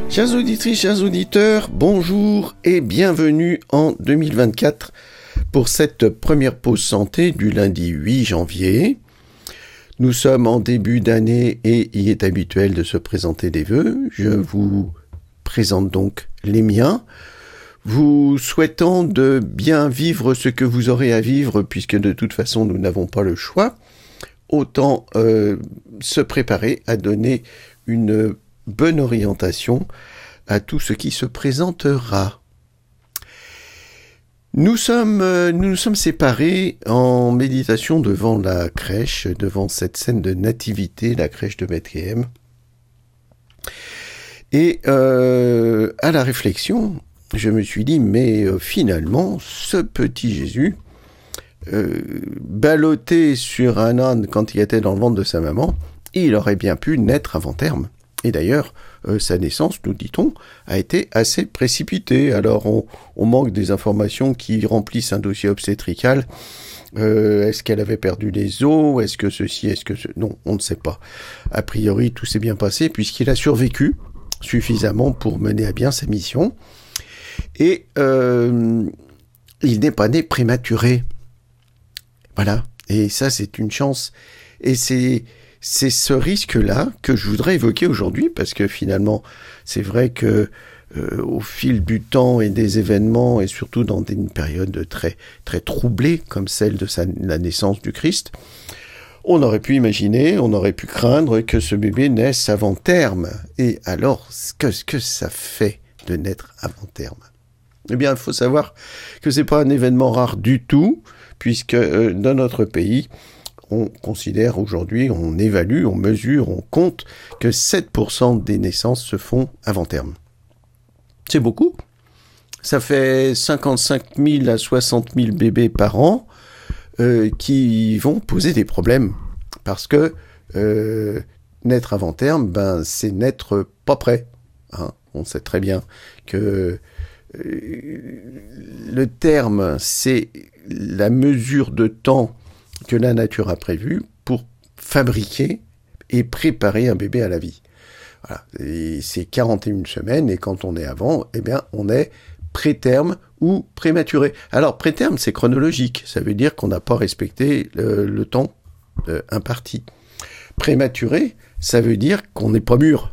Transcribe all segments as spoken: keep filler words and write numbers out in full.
Chères auditrices, chers auditeurs, bonjour et bienvenue en deux mille vingt-quatre pour cette première pause santé du lundi huit janvier. Nous sommes en début d'année et il est habituel de se présenter des vœux. Je vous présente donc les miens, vous souhaitant de bien vivre ce que vous aurez à vivre puisque de toute façon nous n'avons pas le choix. Autant euh, se préparer à donner une bonne orientation à tout ce qui se présentera. Nous sommes, euh, nous nous sommes séparés en méditation devant la crèche, devant cette scène de nativité, la crèche de Bethléem. Et euh, à la réflexion, je me suis dit, mais euh, finalement, ce petit Jésus, euh, ballotté sur un âne quand il était dans le ventre de sa maman, il aurait bien pu naître avant terme. Et d'ailleurs, euh, sa naissance, nous dit-on, a été assez précipitée. Alors, on, on manque des informations qui remplissent un dossier obstétrical. Euh, est-ce qu'elle avait perdu les os? Est-ce que ceci? Est-ce que ce... Non, on ne sait pas. A priori, tout s'est bien passé puisqu'il a survécu suffisamment pour mener à bien sa mission. Et euh, il n'est pas né prématuré. Voilà. Et ça, c'est une chance. Et c'est... C'est ce risque-là que je voudrais évoquer aujourd'hui, parce que finalement, c'est vrai que euh, au fil du temps et des événements, et surtout dans une période très très troublée comme celle de sa, la naissance du Christ, on aurait pu imaginer, on aurait pu craindre que ce bébé naisse avant terme. Et alors, qu'est-ce que ça fait de naître avant terme? Eh bien, il faut savoir que c'est pas un événement rare du tout, puisque euh, dans notre pays, on considère aujourd'hui, on évalue, on mesure, on compte que sept pour cent des naissances se font avant terme. C'est beaucoup. Ça fait cinquante-cinq mille à soixante mille bébés par an euh, qui vont poser des problèmes. Parce que euh, naître avant terme, ben, c'est naître pas prêt. Hein. On sait très bien que euh, le terme, c'est la mesure de temps que la nature a prévu pour fabriquer et préparer un bébé à la vie. Voilà. Et c'est quarante et une semaines, et quand on est avant, eh bien, on est préterme ou prématuré. Alors, préterme, c'est chronologique. Ça veut dire qu'on n'a pas respecté le, le temps euh, imparti. Prématuré, ça veut dire qu'on n'est pas mûr.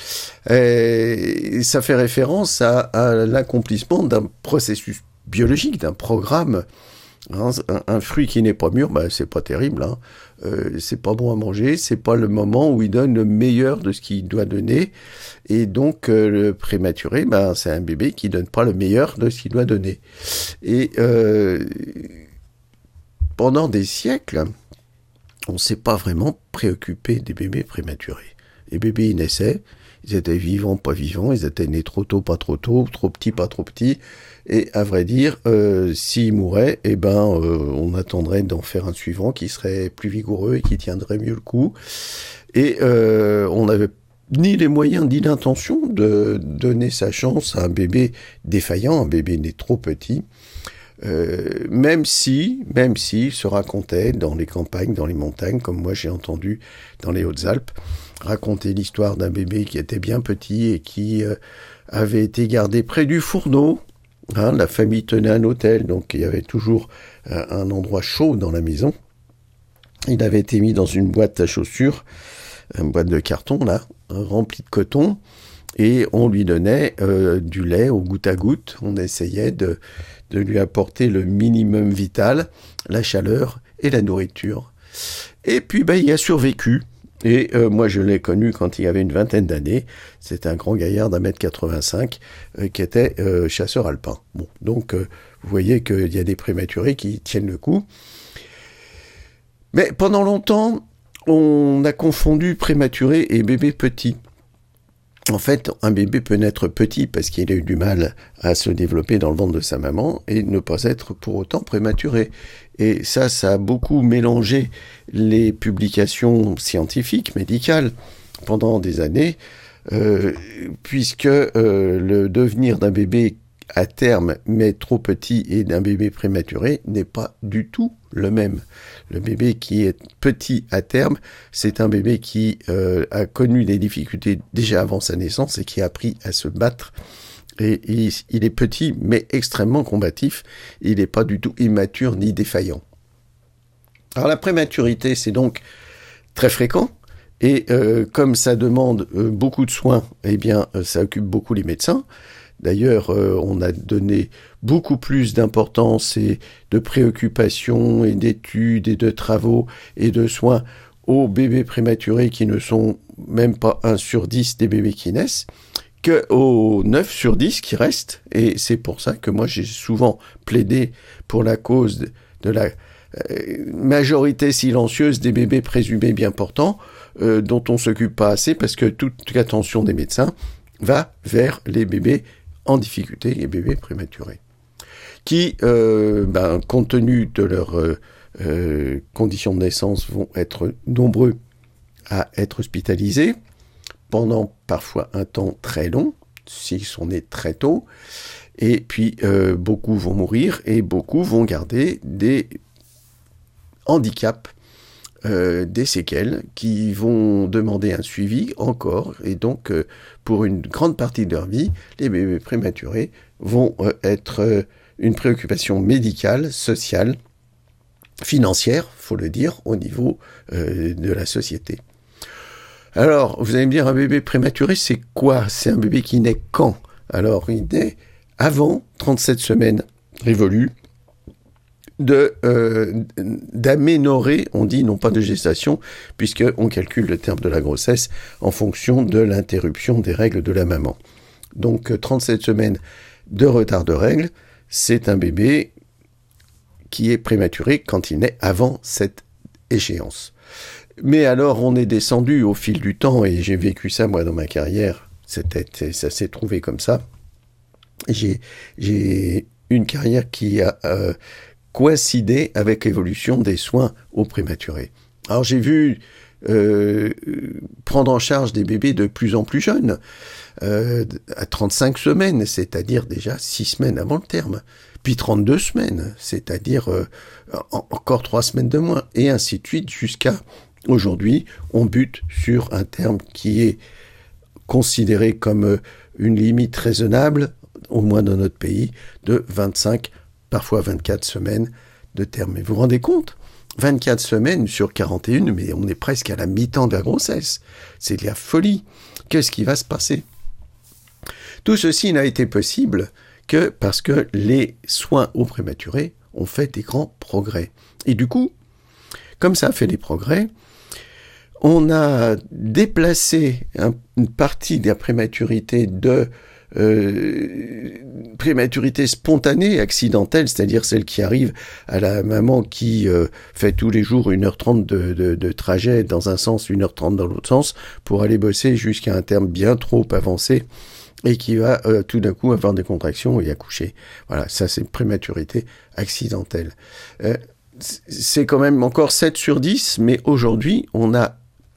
Et ça fait référence à, à l'accomplissement d'un processus biologique, d'un programme. Un, un fruit qui n'est pas mûr, ben, c'est pas terrible, hein. euh, c'est pas bon à manger, c'est pas le moment où il donne le meilleur de ce qu'il doit donner, et donc euh, le prématuré, ben, c'est un bébé qui donne pas le meilleur de ce qu'il doit donner. Et euh, pendant des siècles, on s'est pas vraiment préoccupé des bébés prématurés. Les bébés, ils naissaient, ils étaient vivants, pas vivants, ils étaient nés trop tôt, pas trop tôt, trop petits, pas trop petits. Et à vrai dire, euh, s'ils mouraient, eh ben, euh, on attendrait d'en faire un suivant qui serait plus vigoureux et qui tiendrait mieux le coup. Et euh, on n'avait ni les moyens ni l'intention de donner sa chance à un bébé défaillant, un bébé né trop petit. Euh, même si, même si se racontait dans les campagnes, dans les montagnes, comme moi j'ai entendu dans les Hautes-Alpes, raconter l'histoire d'un bébé qui était bien petit et qui euh, avait été gardé près du fourneau. Hein, la famille tenait un hôtel, donc il y avait toujours euh, un endroit chaud dans la maison. Il avait été mis dans une boîte à chaussures, une boîte de carton là, remplie de coton, et on lui donnait euh, du lait au goutte à goutte. On essayait de, de lui apporter le minimum vital, la chaleur et la nourriture. Et puis ben, il a survécu. Et euh, moi, je l'ai connu quand il avait une vingtaine d'années. C'est un grand gaillard d'un mètre quatre-vingt-cinq euh, qui était euh, chasseur alpin. Bon, donc, euh, vous voyez qu'il y a des prématurés qui tiennent le coup. Mais pendant longtemps, on a confondu prématuré et bébé petit. En fait, un bébé peut naître petit parce qu'il a eu du mal à se développer dans le ventre de sa maman et ne pas être pour autant prématuré. Et ça, ça a beaucoup mélangé les publications scientifiques, médicales, pendant des années, euh, puisque euh, le devenir d'un bébé à terme, mais trop petit, et d'un bébé prématuré n'est pas du tout le même. Le bébé qui est petit à terme, c'est un bébé qui euh, a connu des difficultés déjà avant sa naissance et qui a appris à se battre. Et, et il est petit, mais extrêmement combatif. Il n'est pas du tout immature ni défaillant. Alors la prématurité, c'est donc très fréquent. Et euh, comme ça demande euh, beaucoup de soins, eh bien, euh, ça occupe beaucoup les médecins. D'ailleurs, euh, on a donné beaucoup plus d'importance et de préoccupations et d'études et de travaux et de soins aux bébés prématurés qui ne sont même pas un sur dix des bébés qui naissent, qu'aux neuf sur dix qui restent. Et c'est pour ça que moi, j'ai souvent plaidé pour la cause de, de la euh, majorité silencieuse des bébés présumés bien portants, euh, dont on ne s'occupe pas assez parce que toute l'attention des médecins va vers les bébés en difficulté, les bébés prématurés, qui, euh, ben, compte tenu de leurs euh, euh, conditions de naissance, vont être nombreux à être hospitalisés pendant parfois un temps très long, s'ils sont nés très tôt, et puis euh, beaucoup vont mourir, et beaucoup vont garder des handicaps, Euh, des séquelles qui vont demander un suivi encore, et donc euh, pour une grande partie de leur vie, les bébés prématurés vont euh, être euh, une préoccupation médicale, sociale, financière, faut le dire, au niveau euh, de la société. Alors, vous allez me dire, un bébé prématuré, c'est quoi? C'est un bébé qui naît quand? Alors, il naît avant trente-sept semaines révolues, de euh, d'aménorer, on dit non pas de gestation, puisqu'on calcule le terme de la grossesse en fonction de l'interruption des règles de la maman. Donc trente-sept semaines de retard de règles, c'est un bébé qui est prématuré quand il naît avant cette échéance. Mais alors on est descendu au fil du temps, et j'ai vécu ça moi dans ma carrière, c'était, ça s'est trouvé comme ça. J'ai, j'ai une carrière qui a... Euh, coïncider avec l'évolution des soins aux prématurés. Alors j'ai vu euh, prendre en charge des bébés de plus en plus jeunes, euh, à trente-cinq semaines, c'est-à-dire déjà six semaines avant le terme, puis trente-deux semaines, c'est-à-dire euh, en, encore trois semaines de moins, et ainsi de suite, jusqu'à aujourd'hui, on bute sur un terme qui est considéré comme une limite raisonnable, au moins dans notre pays, de vingt-cinq parfois vingt-quatre semaines de terme. Mais vous vous rendez compte? vingt-quatre semaines sur quarante et une, mais on est presque à la mi-temps de la grossesse. C'est de la folie. Qu'est-ce qui va se passer? Tout ceci n'a été possible que parce que les soins aux prématurés ont fait des grands progrès. Et du coup, comme ça a fait des progrès, on a déplacé un, une partie de la prématurité de Euh, prématurité spontanée, accidentelle, c'est-à-dire celle qui arrive à la maman qui euh, fait tous les jours une heure trente de, de, de trajet dans un sens, une heure trente dans l'autre sens, pour aller bosser jusqu'à un terme bien trop avancé, et qui va euh, tout d'un coup avoir des contractions et accoucher. Voilà, ça c'est prématurité accidentelle. Euh, c'est quand même encore sept sur dix, mais aujourd'hui, on a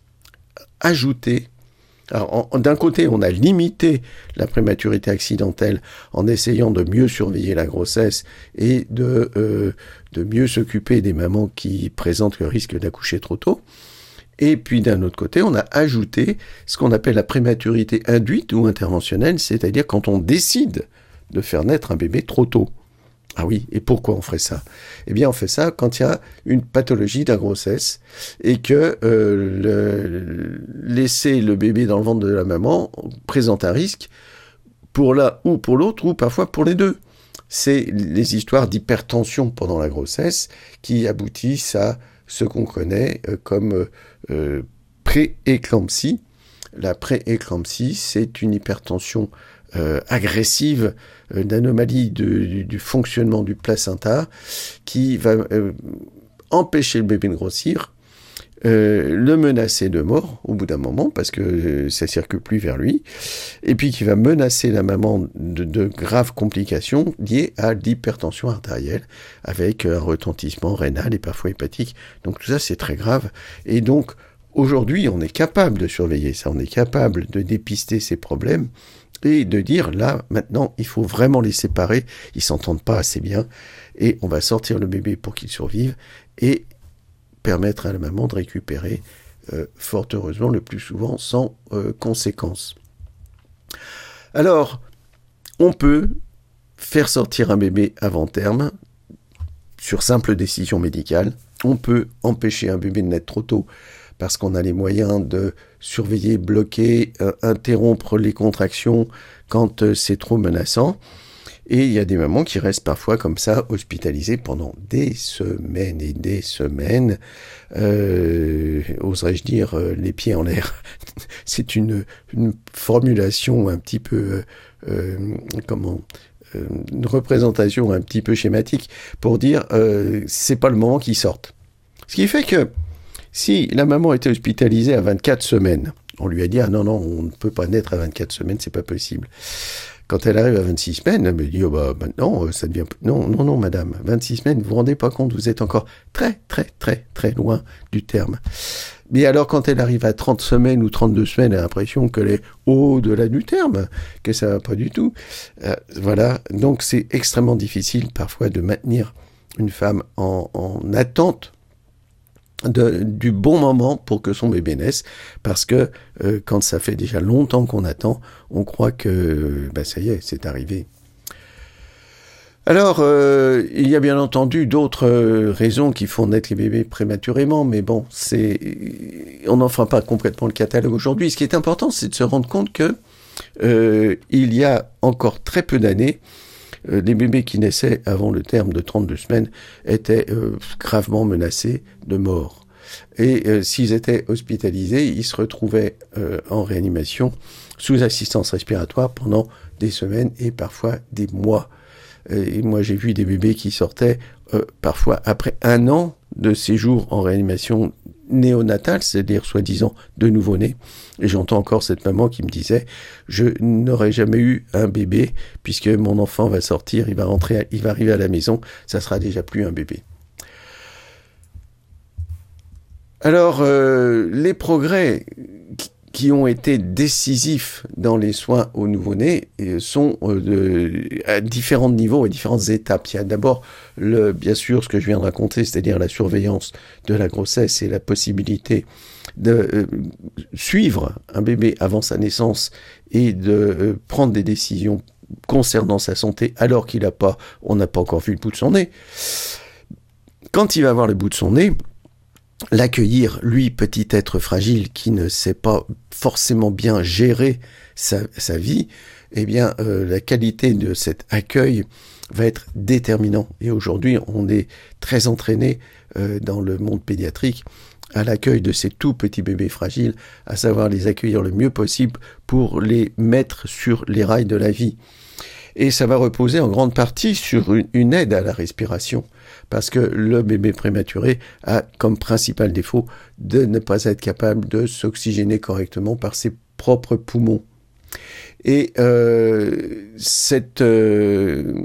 ajouté. Alors, en, d'un côté, on a limité la prématurité accidentelle en essayant de mieux surveiller la grossesse et de, euh, de mieux s'occuper des mamans qui présentent le risque d'accoucher trop tôt. Et puis, d'un autre côté, on a ajouté ce qu'on appelle la prématurité induite ou interventionnelle, c'est-à-dire quand on décide de faire naître un bébé trop tôt. Ah oui, et pourquoi on ferait ça? Eh bien, on fait ça quand il y a une pathologie de la grossesse et que euh, le, laisser le bébé dans le ventre de la maman présente un risque pour l'un ou pour l'autre, ou parfois pour les deux. C'est les histoires d'hypertension pendant la grossesse qui aboutissent à ce qu'on connaît comme euh, pré-éclampsie. La pré-éclampsie, c'est une hypertension Euh, agressive, euh, d'anomalie de, du, du fonctionnement du placenta qui va euh, empêcher le bébé de grossir, euh, le menacer de mort au bout d'un moment parce que euh, ça circule plus vers lui, et puis qui va menacer la maman de, de graves complications liées à l'hypertension artérielle avec un retentissement rénal et parfois hépatique. Donc tout ça c'est très grave, et donc aujourd'hui on est capable de surveiller ça, on est capable de dépister ces problèmes. et de dire, là, maintenant, il faut vraiment les séparer, ils s'entendent pas assez bien, et on va sortir le bébé pour qu'il survive, et permettre à la maman de récupérer, euh, fort heureusement, le plus souvent, sans euh, conséquences. Alors, on peut faire sortir un bébé avant terme, sur simple décision médicale. On peut empêcher un bébé de naître trop tôt, parce qu'on a les moyens de surveiller, bloquer, euh, interrompre les contractions quand euh, c'est trop menaçant. Et il y a des mamans qui restent parfois comme ça, hospitalisées pendant des semaines et des semaines. Euh, oserais-je dire, euh, les pieds en l'air. C'est une, une formulation un petit peu... Euh, comment euh, une représentation un petit peu schématique pour dire euh, c'est pas le moment qu'ils sortent. Ce qui fait que si la maman était hospitalisée à vingt-quatre semaines, on lui a dit ah non non on ne peut pas naître à vingt-quatre semaines, c'est pas possible. Quand elle arrive à vingt-six semaines, elle me dit oh bah maintenant ça devient non non non madame, vingt-six semaines, vous vous rendez pas compte, vous êtes encore très très très très loin du terme. Mais alors quand elle arrive à trente semaines ou trente-deux semaines, elle a l'impression qu'elle est au-delà du terme, que ça va pas du tout. Euh, voilà, donc c'est extrêmement difficile parfois de maintenir une femme en, en attente De, du bon moment pour que son bébé naisse, parce que euh, quand ça fait déjà longtemps qu'on attend, on croit que bah, ça y est, c'est arrivé. Alors, euh, il y a bien entendu d'autres euh, raisons qui font naître les bébés prématurément, mais bon, c'est, on n'en fera pas complètement le catalogue aujourd'hui. Ce qui est important, c'est de se rendre compte que euh, il y a encore très peu d'années, euh, les bébés qui naissaient avant le terme de trente-deux semaines étaient euh, gravement menacés de mort. Et euh, s'ils étaient hospitalisés, ils se retrouvaient euh, en réanimation sous assistance respiratoire pendant des semaines et parfois des mois. Et moi, j'ai vu des bébés qui sortaient euh, parfois après un an de séjour en réanimation néonatale, c'est-à-dire soi-disant de nouveau-né. Et j'entends encore cette maman qui me disait « Je n'aurais jamais eu un bébé puisque mon enfant va sortir, il va rentrer, à, il va arriver à la maison, ça sera déjà plus un bébé. » Alors, euh, les progrès qui ont été décisifs dans les soins aux nouveau-nés sont euh, de, à différents niveaux et différentes étapes. Il y a d'abord, le, bien sûr, ce que je viens de raconter, c'est-à-dire la surveillance de la grossesse et la possibilité de euh, suivre un bébé avant sa naissance et de euh, prendre des décisions concernant sa santé alors qu'il n'a pas, on n'a pas encore vu le bout de son nez. Quand il va avoir le bout de son nez, l'accueillir, lui, petit être fragile qui ne sait pas forcément bien gérer sa, sa vie, eh bien, euh, la qualité de cet accueil va être déterminant. Et aujourd'hui, on est très entraîné euh, dans le monde pédiatrique à l'accueil de ces tout petits bébés fragiles, à savoir les accueillir le mieux possible pour les mettre sur les rails de la vie. Et ça va reposer en grande partie sur une, une aide à la respiration, parce que le bébé prématuré a comme principal défaut de ne pas être capable de s'oxygéner correctement par ses propres poumons. Et euh, cette, euh,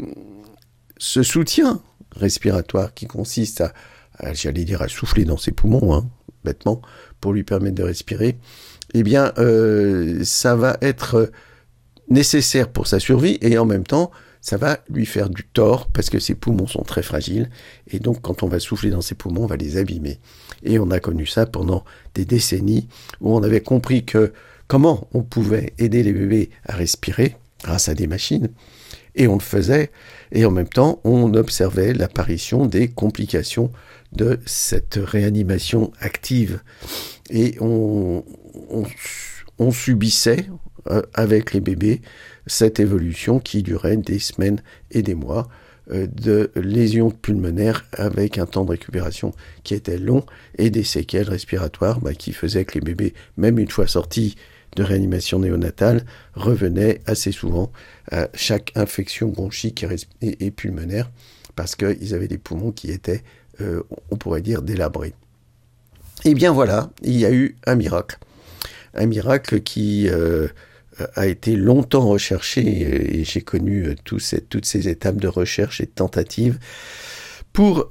ce soutien respiratoire qui consiste à, à, j'allais dire, à souffler dans ses poumons, hein, bêtement, pour lui permettre de respirer, eh bien, euh, ça va être nécessaire pour sa survie et en même temps, ça va lui faire du tort parce que ses poumons sont très fragiles et donc quand on va souffler dans ses poumons, on va les abîmer. Et on a connu ça pendant des décennies où on avait compris que comment on pouvait aider les bébés à respirer grâce à des machines et on le faisait et en même temps, on observait l'apparition des complications de cette réanimation active et on, on, on subissait euh, avec les bébés cette évolution qui durait des semaines et des mois euh, de lésions pulmonaires avec un temps de récupération qui était long et des séquelles respiratoires bah, qui faisaient que les bébés, même une fois sortis de réanimation néonatale, revenaient assez souvent à chaque infection bronchique et, et, et pulmonaire parce qu'ils avaient des poumons qui étaient, euh, on pourrait dire, délabrés. Et bien voilà, il y a eu un miracle. Un miracle qui... Euh, a été longtemps recherché et j'ai connu tout ces, toutes ces étapes de recherche et de tentatives pour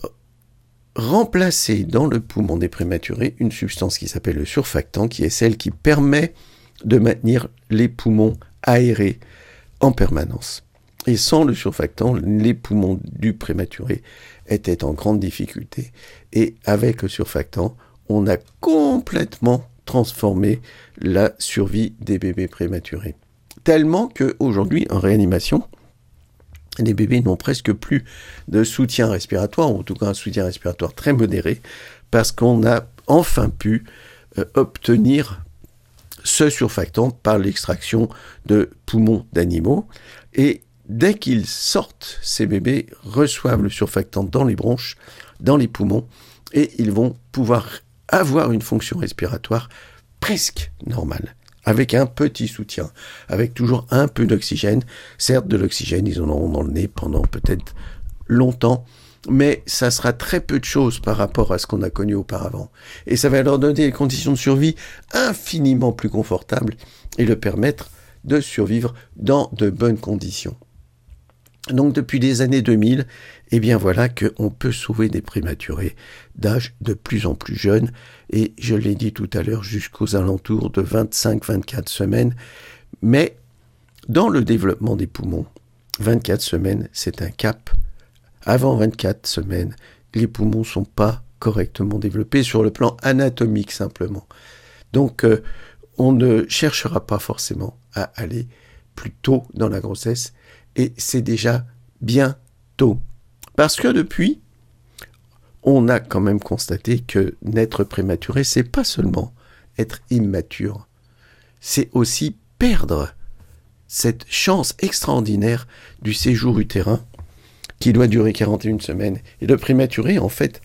remplacer dans le poumon des prématurés une substance qui s'appelle le surfactant, qui est celle qui permet de maintenir les poumons aérés en permanence. Et sans le surfactant, les poumons du prématuré étaient en grande difficulté. Et avec le surfactant, on a complètement transformé la survie des bébés prématurés. Tellement qu'aujourd'hui, en réanimation, les bébés n'ont presque plus de soutien respiratoire, ou en tout cas un soutien respiratoire très modéré, parce qu'on a enfin pu euh, obtenir ce surfactant par l'extraction de poumons d'animaux. Et dès qu'ils sortent, ces bébés reçoivent le surfactant dans les bronches, dans les poumons, et ils vont pouvoir avoir une fonction respiratoire presque normale, avec un petit soutien, avec toujours un peu d'oxygène. Certes, de l'oxygène, ils en auront dans le nez pendant peut-être longtemps, mais ça sera très peu de choses par rapport à ce qu'on a connu auparavant. Et ça va leur donner des conditions de survie infiniment plus confortables et leur permettre de survivre dans de bonnes conditions. Donc depuis les années deux mille, eh bien voilà qu'on peut sauver des prématurés d'âge de plus en plus jeune, et je l'ai dit tout à l'heure, jusqu'aux alentours de vingt-cinq à vingt-quatre semaines. Mais dans le développement des poumons, vingt-quatre semaines, c'est un cap. Avant vingt-quatre semaines, les poumons ne sont pas correctement développés sur le plan anatomique simplement. Donc euh, on ne cherchera pas forcément à aller plus tôt dans la grossesse, et c'est déjà bien tôt. Parce que depuis, on a quand même constaté que naître prématuré, c'est pas seulement être immature, c'est aussi perdre cette chance extraordinaire du séjour utérin qui doit durer quarante et une semaines. Et le prématuré, en fait,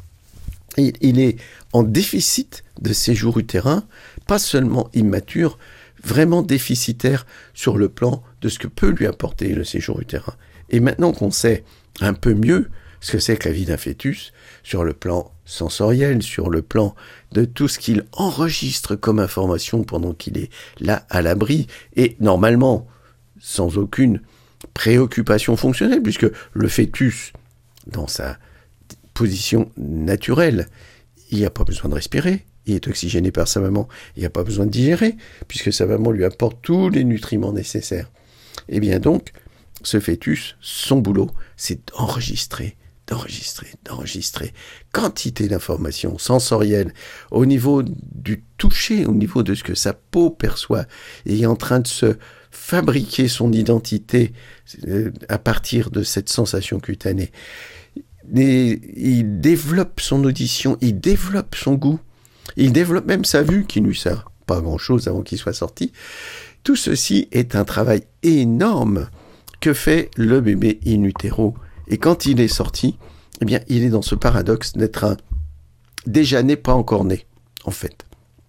il, il est en déficit de séjour utérin, pas seulement immature, vraiment déficitaire sur le plan de ce que peut lui apporter le séjour utérin. Et maintenant qu'on sait un peu mieux ce que c'est que la vie d'un fœtus, sur le plan sensoriel, sur le plan de tout ce qu'il enregistre comme information pendant qu'il est là à l'abri, et normalement sans aucune préoccupation fonctionnelle, puisque le fœtus, dans sa position naturelle, il n'y a pas besoin de respirer, il est oxygéné par sa maman, il n'y a pas besoin de digérer, puisque sa maman lui apporte tous les nutriments nécessaires. Et bien donc, ce fœtus, son boulot, c'est d'enregistrer, d'enregistrer, d'enregistrer quantité d'informations sensorielles au niveau du toucher, au niveau de ce que sa peau perçoit, et est en train de se fabriquer son identité à partir de cette sensation cutanée. Et il développe son audition, il développe son goût, il développe même sa vue qui ne lui sert pas à grand-chose avant qu'il soit sorti. Tout ceci est un travail énorme que fait le bébé in utero. Et quand il est sorti, eh bien, il est dans ce paradoxe d'être un déjà né, pas encore né, en fait.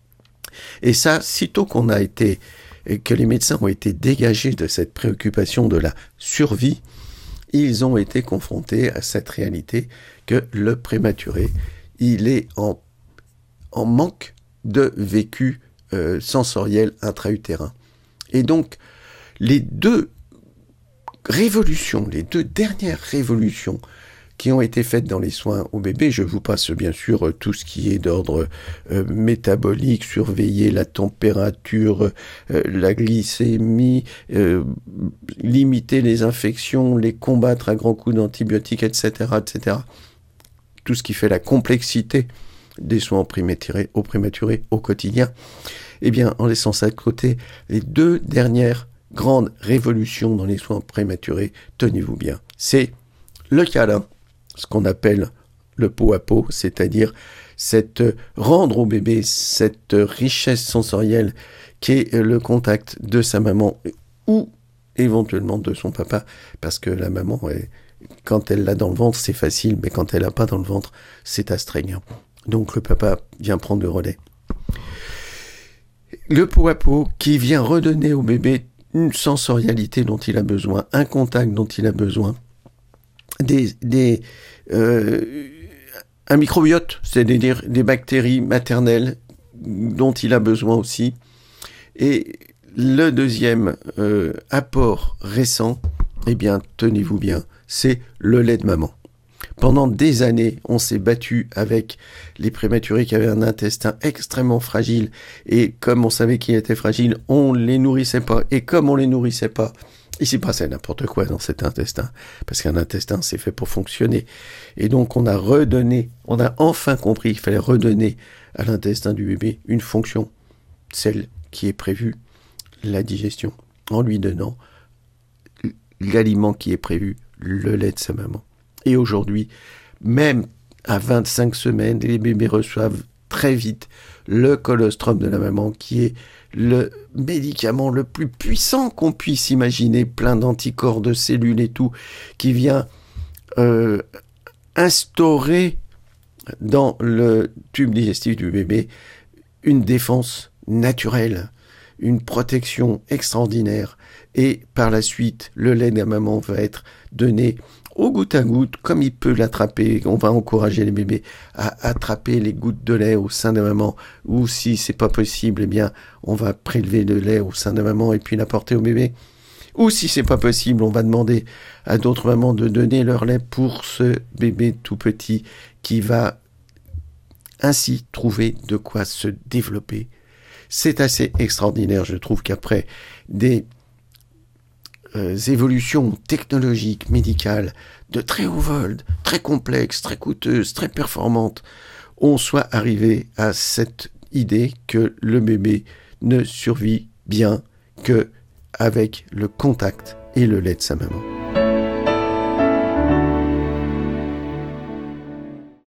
Et ça, sitôt qu'on a été, que les médecins ont été dégagés de cette préoccupation de la survie, ils ont été confrontés à cette réalité que le prématuré, il est en, en manque de vécu euh, sensoriel intra-utérin. Et donc, les deux révolutions, les deux dernières révolutions qui ont été faites dans les soins au bébé, je vous passe bien sûr tout ce qui est d'ordre euh, métabolique, surveiller la température, euh, la glycémie, euh, limiter les infections, les combattre à grands coups d'antibiotiques, et cetera, et cetera. Tout ce qui fait la complexité des soins aux prématurés, aux prématurés au quotidien. Eh bien, en laissant ça de côté, les deux dernières grandes révolutions dans les soins prématurés, tenez-vous bien, c'est le câlin, ce qu'on appelle le pot à pot, c'est-à-dire cette, rendre au bébé cette richesse sensorielle qui est le contact de sa maman ou éventuellement de son papa, parce que la maman, est, quand elle l'a dans le ventre, c'est facile, mais quand elle l'a pas dans le ventre, c'est astreignant. Donc le papa vient prendre le relais. Le pot à pot qui vient redonner au bébé une sensorialité dont il a besoin, un contact dont il a besoin, des, des, euh, un microbiote, c'est-à-dire des bactéries maternelles dont il a besoin aussi. Et le deuxième euh, apport récent, eh bien, tenez-vous bien, c'est le lait de maman. Pendant des années, on s'est battu avec les prématurés qui avaient un intestin extrêmement fragile. Et comme on savait qu'il était fragile, on les nourrissait pas. Et comme on les nourrissait pas, il s'y passait n'importe quoi dans cet intestin. Parce qu'un intestin, c'est fait pour fonctionner. Et donc, on a redonné, on a enfin compris qu'il fallait redonner à l'intestin du bébé une fonction, celle qui est prévue, la digestion, en lui donnant l'aliment qui est prévu, le lait de sa maman. Et aujourd'hui, même à vingt-cinq semaines, les bébés reçoivent très vite le colostrum de la maman, qui est le médicament le plus puissant qu'on puisse imaginer, plein d'anticorps, de cellules et tout, qui vient euh, instaurer dans le tube digestif du bébé une défense naturelle, une protection extraordinaire. Et par la suite, le lait de la maman va être donné au goutte à goutte, comme il peut l'attraper. On va encourager les bébés à attraper les gouttes de lait au sein de la maman, ou si c'est pas possible, eh bien, on va prélever le lait au sein de la maman et puis l'apporter au bébé. Ou si c'est pas possible, on va demander à d'autres mamans de donner leur lait pour ce bébé tout petit qui va ainsi trouver de quoi se développer. C'est assez extraordinaire, je trouve, qu'après des euh, évolutions technologiques, médicales, de très haut vol, très complexes, très coûteuses, très performantes, on soit arrivé à cette idée que le bébé ne survit bien que avec le contact et le lait de sa maman.